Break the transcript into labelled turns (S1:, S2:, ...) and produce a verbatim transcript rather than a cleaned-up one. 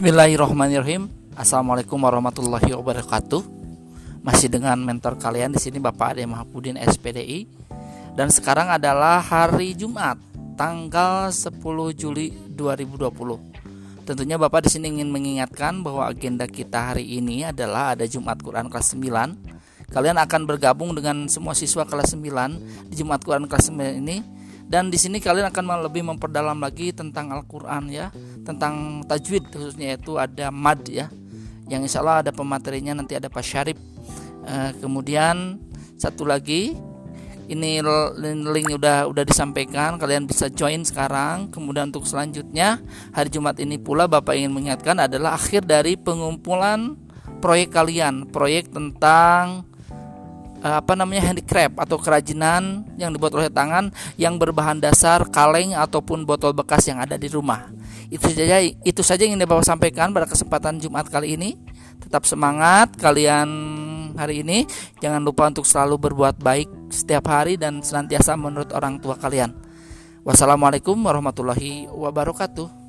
S1: Bismillahirrahmanirrahim. Assalamualaikum warahmatullahi wabarakatuh. Masih dengan mentor kalian di sini Bapak Ade Mahpudin S P D I. Dan sekarang adalah hari Jumat, tanggal sepuluh Juli dua ribu dua puluh. Tentunya Bapak di sini ingin mengingatkan bahwa agenda kita hari ini adalah ada Jumat Quran kelas sembilan. Kalian akan bergabung dengan semua siswa kelas sembilan di Jumat Quran kelas sembilan ini. Dan di sini kalian akan lebih memperdalam lagi tentang Al-Quran ya, tentang tajwid khususnya, yaitu ada mad ya, yang insya Allah ada pematerinya, nanti ada Pak Syarif. E, kemudian satu lagi, ini link udah udah disampaikan, kalian bisa join sekarang. Kemudian untuk selanjutnya hari Jumat ini pula Bapak ingin mengingatkan adalah akhir dari pengumpulan proyek kalian, proyek tentang apa namanya handicraft atau kerajinan yang dibuat oleh tangan yang berbahan dasar kaleng ataupun botol bekas yang ada di rumah. Itu saja itu saja yang ingin Bapak sampaikan pada kesempatan Jumat kali ini. Tetap semangat kalian hari ini. Jangan lupa untuk selalu berbuat baik setiap hari dan senantiasa menurut orang tua kalian. Wassalamualaikum warahmatullahi wabarakatuh.